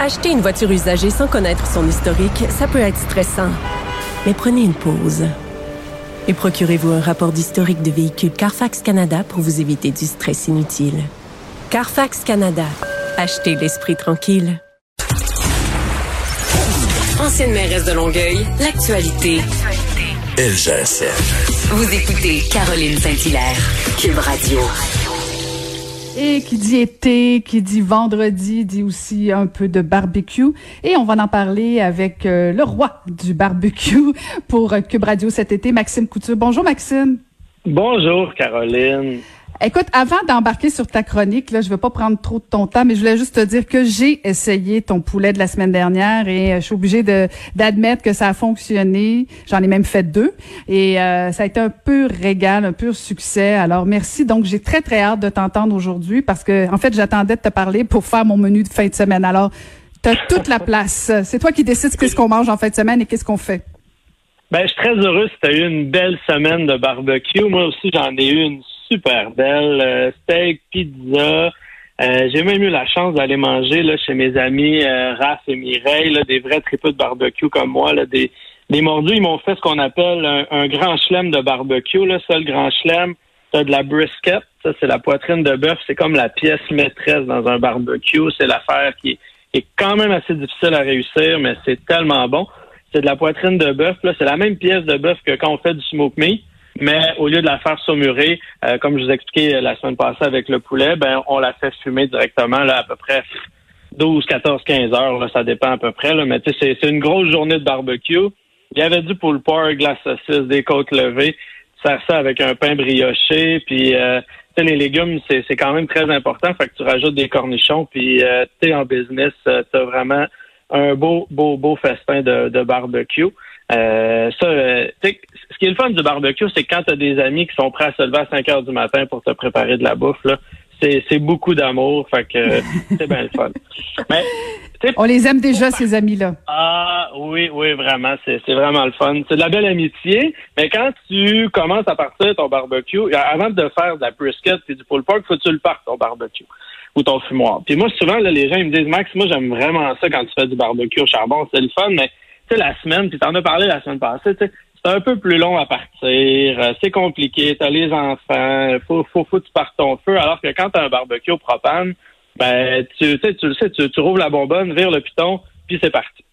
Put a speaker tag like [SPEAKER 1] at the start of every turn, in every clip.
[SPEAKER 1] Acheter une voiture usagée sans connaître son historique, ça peut être stressant. Mais prenez une pause. Et procurez-vous un rapport d'historique de véhicule Carfax Canada pour vous éviter du stress inutile. Carfax Canada. Achetez l'esprit tranquille. Ancienne mairesse de Longueuil, l'actualité.
[SPEAKER 2] LGSN.
[SPEAKER 3] Vous écoutez Caroline Saint-Hilaire, Cube Radio.
[SPEAKER 4] Et qui dit été, qui dit vendredi, dit aussi un peu de barbecue. Et on va en parler avec le roi du barbecue pour Cube Radio cet été, Maxime Couture. Bonjour Maxime.
[SPEAKER 5] Bonjour Caroline.
[SPEAKER 4] Écoute, avant d'embarquer sur ta chronique, là, je veux pas prendre trop de ton temps, mais je voulais juste te dire que j'ai essayé ton poulet de la semaine dernière et je suis obligée d'admettre que ça a fonctionné. J'en ai même fait 2 et ça a été un pur régal, un pur succès. Alors merci. Donc j'ai très très hâte de t'entendre aujourd'hui parce que en fait j'attendais de te parler pour faire mon menu de fin de semaine. Alors t'as toute la place. C'est toi qui décides qu'est-ce qu'on mange en fin de semaine et qu'est-ce qu'on fait.
[SPEAKER 5] Ben je suis très heureux si tu as eu une belle semaine de barbecue. Moi aussi j'en ai eu une super belle, steak, pizza. J'ai même eu la chance d'aller manger là chez mes amis Raph et Mireille, là, des vrais tripeux de barbecue comme moi, là, des mordus. Ils m'ont fait ce qu'on appelle un grand chelem de barbecue. Là, ça, le grand chelem, t'as de la brisket. Ça, c'est la poitrine de bœuf. C'est comme la pièce maîtresse dans un barbecue. C'est l'affaire qui est quand même assez difficile à réussir, mais c'est tellement bon. C'est de la poitrine de bœuf. Là, c'est la même pièce de bœuf que quand on fait du smoke meat. Mais au lieu de la faire saumurer, comme je vous expliquais la semaine passée avec le poulet, ben on la fait fumer directement là à peu près 12, 14, 15 heures. Là, ça dépend à peu près. Là, mais tu sais, c'est une grosse journée de barbecue. Il y avait du pulled pork, de la saucisse, des côtes levées. Tu sers ça avec un pain brioché. Puis tu sais, les légumes, c'est quand même très important. Fait que tu rajoutes des cornichons. Puis tu es en business, t'as vraiment un beau festin de barbecue. Ce qui est le fun du barbecue, c'est que quand tu as des amis qui sont prêts à se lever à 5 heures du matin pour te préparer de la bouffe, là, c'est beaucoup d'amour, fait que c'est bien le fun. Mais,
[SPEAKER 4] on les aime déjà, ces amis-là.
[SPEAKER 5] Ah oui, vraiment, c'est vraiment le fun. C'est de la belle amitié, mais quand tu commences à partir ton barbecue, avant de faire de la brisket et du pulled pork, faut que tu le partes, ton barbecue ou ton fumoir. Puis moi, souvent, là, les gens ils me disent, Max, moi j'aime vraiment ça quand tu fais du barbecue au charbon, c'est le fun, mais la semaine, puis t'en as parlé la semaine passée, c'est un peu plus long à partir, c'est compliqué, t'as les enfants, faut que tu partes ton feu, alors que quand t'as un barbecue au propane, ben tu le sais, tu rouvres la bonbonne, vires le piton, puis c'est parti.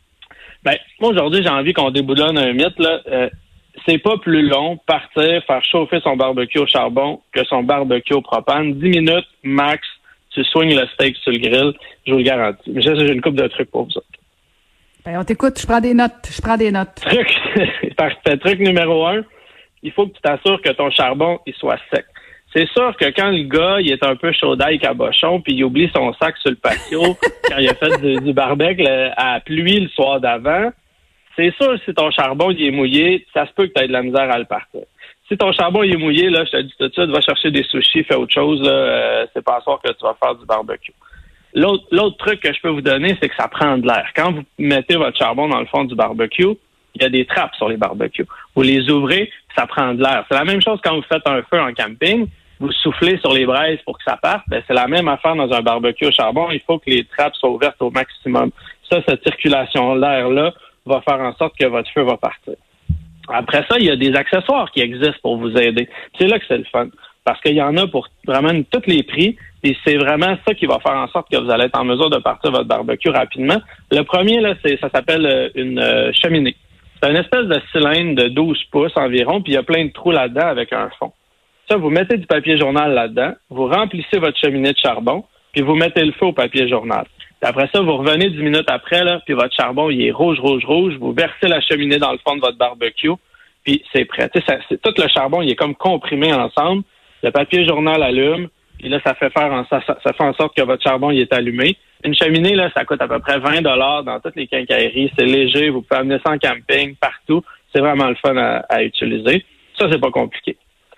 [SPEAKER 5] Ben, moi aujourd'hui, j'ai envie qu'on déboulonne un mythe, là. C'est pas plus long partir, faire chauffer son barbecue au charbon que son barbecue au propane. 10 minutes max, tu swings le steak sur le grill, je vous le garantis. Mais j'ai une couple de trucs pour vous autres.
[SPEAKER 4] Ben, on t'écoute, je prends des notes.
[SPEAKER 5] Parfait. Truc numéro 1, il faut que tu t'assures que ton charbon, il soit sec. C'est sûr que quand le gars, il est un peu chaud d'ail cabochon, puis il oublie son sac sur le patio, quand il a fait du barbecue à pluie le soir d'avant, c'est sûr si ton charbon, il est mouillé, ça se peut que tu aies de la misère à le partir. Si ton charbon, il est mouillé, là, je te dis tout de suite, va chercher des sushis, fais autre chose, là, c'est pas à soir que tu vas faire du barbecue. L'autre truc que je peux vous donner, c'est que ça prend de l'air. Quand vous mettez votre charbon dans le fond du barbecue, il y a des trappes sur les barbecues. Vous les ouvrez, ça prend de l'air. C'est la même chose quand vous faites un feu en camping. Vous soufflez sur les braises pour que ça parte. Ben, c'est la même affaire dans un barbecue au charbon. Il faut que les trappes soient ouvertes au maximum. Ça, cette circulation d'air-là va faire en sorte que votre feu va partir. Après ça, il y a des accessoires qui existent pour vous aider. C'est là que c'est le fun. Parce qu'il y en a pour vraiment tous les prix. Et c'est vraiment ça qui va faire en sorte que vous allez être en mesure de partir votre barbecue rapidement. Le premier, là, ça s'appelle une cheminée. C'est une espèce de cylindre de 12 pouces environ, puis il y a plein de trous là-dedans avec un fond. Ça, vous mettez du papier journal là-dedans, vous remplissez votre cheminée de charbon, puis vous mettez le feu au papier journal. Puis après ça, vous revenez 10 minutes après, là, puis votre charbon, il est rouge, vous versez la cheminée dans le fond de votre barbecue, puis c'est prêt. Tout le charbon, il est comme comprimé ensemble. Le papier journal allume, puis là, ça fait en sorte que votre charbon il est allumé. Une cheminée, là, ça coûte à peu près 20 $ dans toutes les quincailleries. C'est léger, vous pouvez amener ça en camping, partout. C'est vraiment le fun à utiliser. Ça, c'est pas compliqué.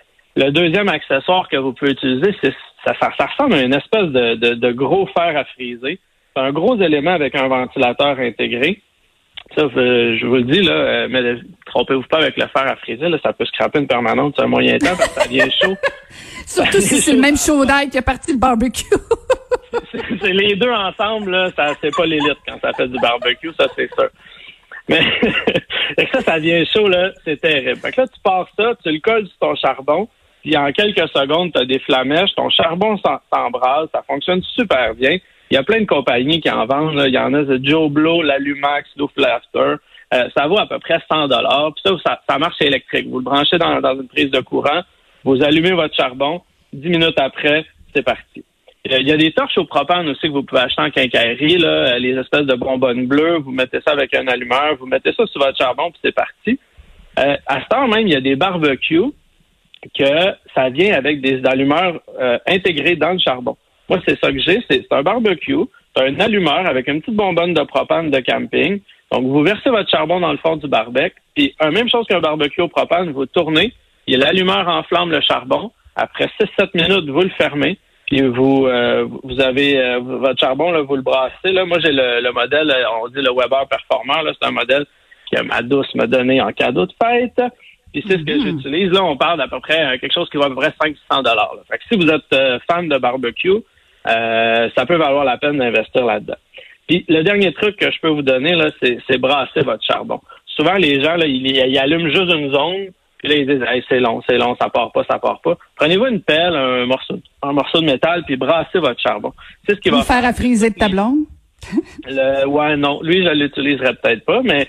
[SPEAKER 5] Le deuxième accessoire que vous pouvez utiliser, ça ressemble à une espèce de gros fer à friser. C'est un gros élément avec un ventilateur intégré. Ça, je vous le dis, là, mais trompez-vous pas avec le fer à friser, là, ça peut scraper une permanente sur un moyen temps parce que ça devient chaud.
[SPEAKER 4] Surtout si c'est le même chaud d'ail qui a parti le barbecue.
[SPEAKER 5] c'est les deux ensemble, là, c'est pas l'élite quand ça fait du barbecue, ça c'est sûr. Mais ça devient chaud, là, c'est terrible. Fait que là, tu pars ça, tu le colles sur ton charbon, puis en quelques secondes, tu as des flamèches, ton charbon s'embrase, ça fonctionne super bien. Il y a plein de compagnies qui en vendent, là. Il y en a, c'est Joe Blow, l'Alumax, Luftlafter. Ça vaut à peu près $100. Puis ça marche électrique. Vous le branchez dans une prise de courant, vous allumez votre charbon, 10 minutes après, c'est parti. Il y a des torches au propane aussi que vous pouvez acheter en quincaillerie, là, les espèces de bonbonnes bleues, vous mettez ça avec un allumeur, vous mettez ça sur votre charbon, puis c'est parti. À ce temps même, il y a des barbecues que ça vient avec des allumeurs intégrés dans le charbon. Moi, c'est ça que j'ai, c'est un barbecue, c'est un allumeur avec une petite bonbonne de propane de camping. Donc, vous versez votre charbon dans le fond du barbecue, puis même chose qu'un barbecue au propane, vous tournez, et l'allumeur enflamme le charbon. Après 6-7 minutes, vous le fermez, puis vous avez votre charbon, là, vous le brassez. Là, moi, j'ai le modèle, on dit le Weber Performer, là, c'est un modèle que ma douce m'a donné en cadeau de fête. Puis c'est ce que j'utilise. Là, on parle d'à peu près quelque chose qui va à peu près $500. Fait que si vous êtes fan de barbecue, ça peut valoir la peine d'investir là-dedans. Puis le dernier truc que je peux vous donner, là, c'est brasser votre charbon. Souvent, les gens, là, ils allument juste une zone, puis là, ils disent hey, c'est long, ça part pas. Prenez-vous une pelle, un morceau de métal, puis brassez votre charbon. C'est ce qui va
[SPEAKER 4] faire à friser de ta blonde?
[SPEAKER 5] Ouais, non. Lui, je l'utiliserais peut-être pas, mais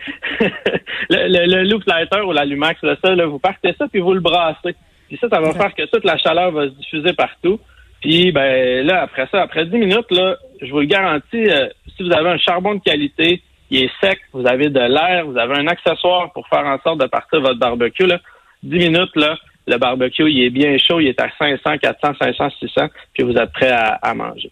[SPEAKER 5] le Luftlafter ou l'Alumax, là, vous partez ça, puis vous le brassez. Puis ça va faire que toute la chaleur va se diffuser partout. Puis, ben là, après ça, après 10 minutes, là, je vous le garantis, si vous avez un charbon de qualité, il est sec, vous avez de l'air, vous avez un accessoire pour faire en sorte de partir votre barbecue, là, 10 minutes, là, le barbecue, il est bien chaud, il est à 500, 400, 500, 600, puis vous êtes prêt à manger.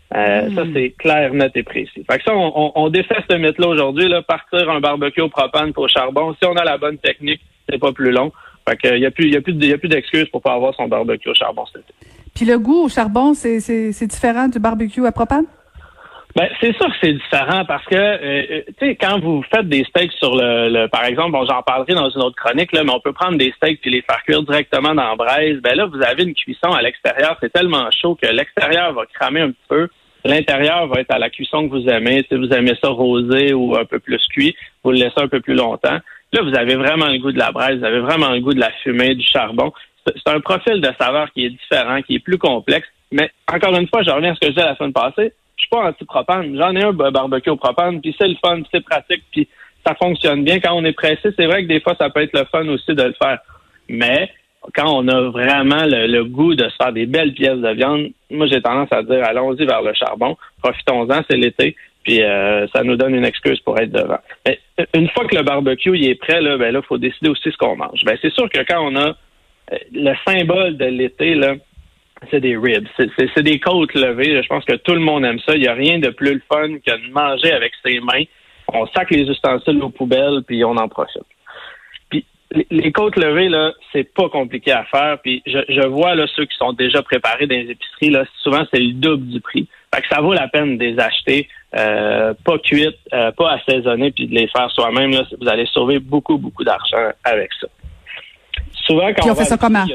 [SPEAKER 5] Ça, c'est clair, net et précis. Fait que ça, on défait ce mythe-là aujourd'hui, là, partir un barbecue au propane pour au charbon. Si on a la bonne technique, c'est pas plus long. Fait que il y a plus d'excuses pour pas avoir son barbecue au charbon cet été.
[SPEAKER 4] Puis le goût au charbon, c'est différent du barbecue à propane?
[SPEAKER 5] Ben, c'est sûr que c'est différent parce que, tu sais, quand vous faites des steaks sur par exemple, bon, j'en parlerai dans une autre chronique, là, mais on peut prendre des steaks puis les faire cuire directement dans la braise. Ben là, vous avez une cuisson à l'extérieur. C'est tellement chaud que l'extérieur va cramer un petit peu. L'intérieur va être à la cuisson que vous aimez. Si vous aimez ça rosé ou un peu plus cuit, vous le laissez un peu plus longtemps. Là, vous avez vraiment le goût de la braise, vous avez vraiment le goût de la fumée, du charbon. C'est un profil de saveur qui est différent, qui est plus complexe. Mais encore une fois, je reviens à ce que je disais la semaine passée. Je suis pas anti-propane. J'en ai un barbecue au propane, puis c'est le fun, puis c'est pratique, puis ça fonctionne bien. Quand on est pressé, c'est vrai que des fois, ça peut être le fun aussi de le faire. Mais quand on a vraiment le goût de se faire des belles pièces de viande, moi, j'ai tendance à dire, allons-y vers le charbon. Profitons-en, c'est l'été. Puis ça nous donne une excuse pour être devant. Mais une fois que le barbecue il est prêt, là, ben là, faut décider aussi ce qu'on mange. Ben c'est sûr que quand on a le symbole de l'été, là, c'est des ribs. C'est des côtes levées. Je pense que tout le monde aime ça. Il n'y a rien de plus le fun que de manger avec ses mains. On sac les ustensiles aux poubelles, puis on en profite. Puis les côtes levées, là, c'est pas compliqué à faire. Puis je vois là ceux qui sont déjà préparés dans les épiceries, là, souvent c'est le double du prix. Fait que ça vaut la peine de les acheter, pas cuites, pas assaisonnées, puis de les faire soi-même. Là, vous allez sauver beaucoup, beaucoup d'argent avec ça. Souvent, quand
[SPEAKER 4] puis on fait ça comment?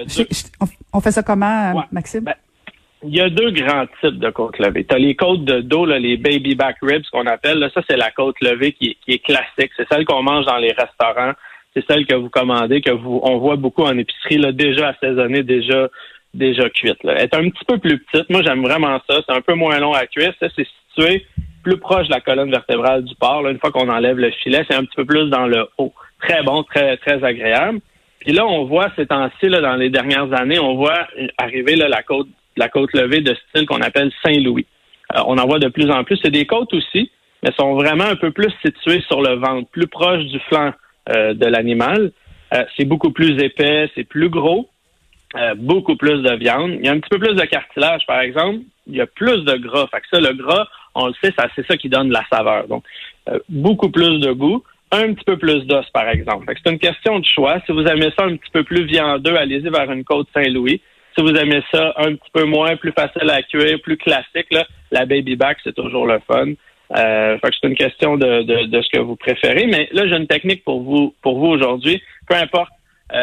[SPEAKER 4] On fait ça comment,
[SPEAKER 5] ouais,
[SPEAKER 4] Maxime?
[SPEAKER 5] Ben, il y a deux grands types de côtes levées. Tu as les côtes de dos, là, les baby back ribs qu'on appelle. Là, ça, c'est la côte levée qui est classique. C'est celle qu'on mange dans les restaurants. C'est celle que vous commandez, on voit beaucoup en épicerie, là, déjà assaisonnée, déjà cuite. Là. Elle est un petit peu plus petite. Moi, j'aime vraiment ça. C'est un peu moins long à cuire. Ça, c'est situé plus proche de la colonne vertébrale du porc. Là, une fois qu'on enlève le filet, c'est un petit peu plus dans le haut. Très bon, très, très agréable. Puis là, on voit ces temps-ci, là, dans les dernières années, on voit arriver là, la côte levée de style qu'on appelle Saint-Louis. On en voit de plus en plus. C'est des côtes aussi, mais sont vraiment un peu plus situées sur le ventre, plus proche du flanc de l'animal. C'est beaucoup plus épais, c'est plus gros, beaucoup plus de viande. Il y a un petit peu plus de cartilage, par exemple. Il y a plus de gras. Fait que ça, le gras, on le sait, c'est ça qui donne la saveur. Donc, beaucoup plus de goût. Un petit peu plus d'os, par exemple. Fait que c'est une question de choix. Si vous aimez ça un petit peu plus viandeux, allez-y vers une côte Saint-Louis. Si vous aimez ça un petit peu moins, plus facile à cuire, plus classique, là, la baby back, c'est toujours le fun. Fait que c'est une question de ce que vous préférez. Mais là, j'ai une technique pour vous aujourd'hui. Peu importe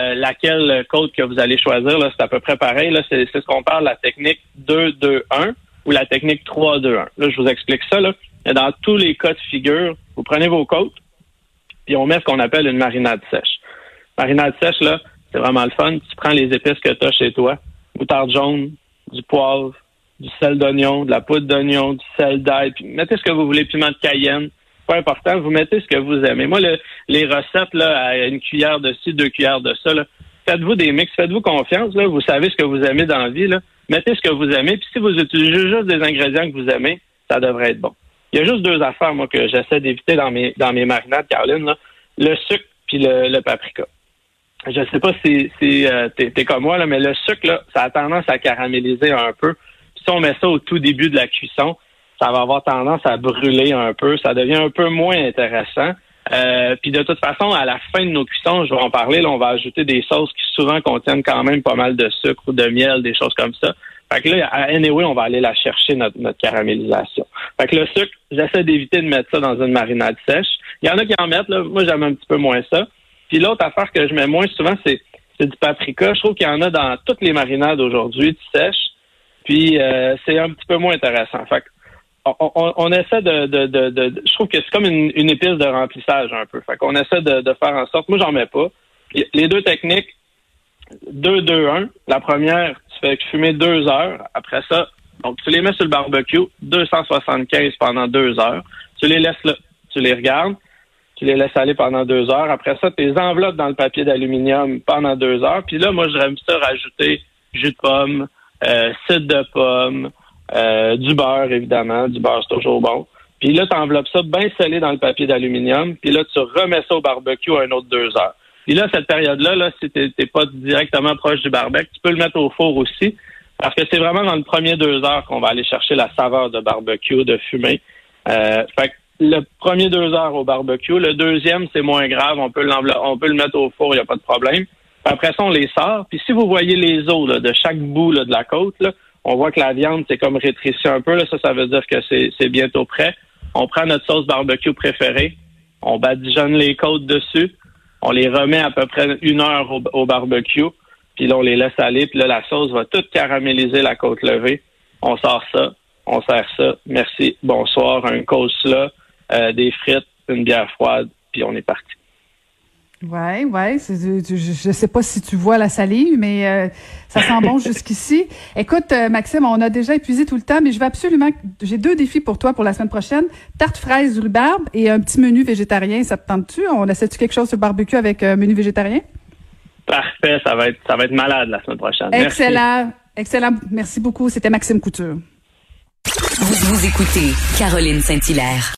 [SPEAKER 5] laquelle côte que vous allez choisir, là, c'est à peu près pareil. Là, c'est ce qu'on parle, la technique 2-2-1. ou la technique 3-2-1. Là, je vous explique ça. Là. Et dans tous les cas de figure, vous prenez vos côtes, puis on met ce qu'on appelle une marinade sèche. Marinade sèche, là, c'est vraiment le fun. Tu prends les épices que tu as chez toi, moutarde jaune, du poivre, du sel d'oignon, de la poudre d'oignon, du sel d'ail, puis mettez ce que vous voulez, piment de cayenne. Pas important, vous mettez ce que vous aimez. Moi, les recettes, là, à une cuillère de ci, 2 cuillères de ça, là, faites-vous des mix, faites-vous confiance, là, vous savez ce que vous aimez dans la vie, là. Mettez ce que vous aimez, puis si vous utilisez juste des ingrédients que vous aimez, ça devrait être bon. Il y a juste 2 affaires, moi, que j'essaie d'éviter dans mes marinades, Caroline, là. Le sucre puis le paprika. Je sais pas si t'es comme moi, là, mais le sucre, là, ça a tendance à caraméliser un peu. Puis si on met ça au tout début de la cuisson, ça va avoir tendance à brûler un peu. Ça devient un peu moins intéressant. Puis de toute façon, à la fin de nos cuissons, je vais en parler, là, on va ajouter des sauces qui souvent contiennent quand même pas mal de sucre ou de miel, des choses comme ça. Fait que là, anyway, on va aller la chercher, notre caramélisation. Fait que le sucre, j'essaie d'éviter de mettre ça dans une marinade sèche. Il y en a qui en mettent, là. Moi, j'aime un petit peu moins ça. Puis l'autre affaire que je mets moins souvent, c'est du paprika. Je trouve qu'il y en a dans toutes les marinades aujourd'hui, sèches. Puis c'est un petit peu moins intéressant. Fait que on essaie je trouve que c'est comme une épice de remplissage un peu. Fait qu'on essaie de faire en sorte. Moi, j'en mets pas. Les 2 techniques, 2-2-1. La première, tu fais fumer 2 heures. Après ça, donc tu les mets sur le barbecue, 275 pendant 2 heures. Tu les laisses là, tu les regardes, tu les laisses aller pendant 2 heures. Après ça, tu les enveloppes dans le papier d'aluminium pendant 2 heures. Puis là, moi, j'aime ça rajouter jus de pomme, cidre de pomme, du beurre, évidemment. Du beurre, c'est toujours bon. Puis là, tu enveloppes ça bien scellé dans le papier d'aluminium. Puis là, tu remets ça au barbecue un autre 2 heures. Puis là, cette période-là, là, si t'es pas directement proche du barbecue, tu peux le mettre au four aussi. Parce que c'est vraiment dans le premier 2 heures qu'on va aller chercher la saveur de barbecue, de fumée. Fait que le premier 2 heures au barbecue. Le deuxième, c'est moins grave. On peut le mettre au four, il n'y a pas de problème. Puis après ça, on les sort. Puis si vous voyez les os là, de chaque bout là, de la côte, là, on voit que la viande, c'est comme rétrécie un peu. Là. Ça veut dire que c'est bientôt prêt. On prend notre sauce barbecue préférée. On badigeonne les côtes dessus. On les remet à peu près 1 heure au barbecue. Puis là, on les laisse aller. Puis là, la sauce va toute caraméliser la côte levée. On sort ça. On sert ça. Merci. Bonsoir. Un coleslaw, des frites, une bière froide. Puis on est parti.
[SPEAKER 4] Ouais. Je sais pas si tu vois la salive, mais ça sent bon jusqu'ici. Écoute, Maxime, on a déjà épuisé tout le temps, mais j'ai 2 défis pour toi pour la semaine prochaine. Tarte fraise rhubarbe et un petit menu végétarien. Ça te tente-tu? On essaie-tu quelque chose sur le barbecue avec un menu végétarien?
[SPEAKER 5] Parfait. Ça va être malade la semaine prochaine.
[SPEAKER 4] Excellent. Merci. Excellent. Merci beaucoup. C'était Maxime Couture.
[SPEAKER 3] Vous écoutez Caroline Saint-Hilaire.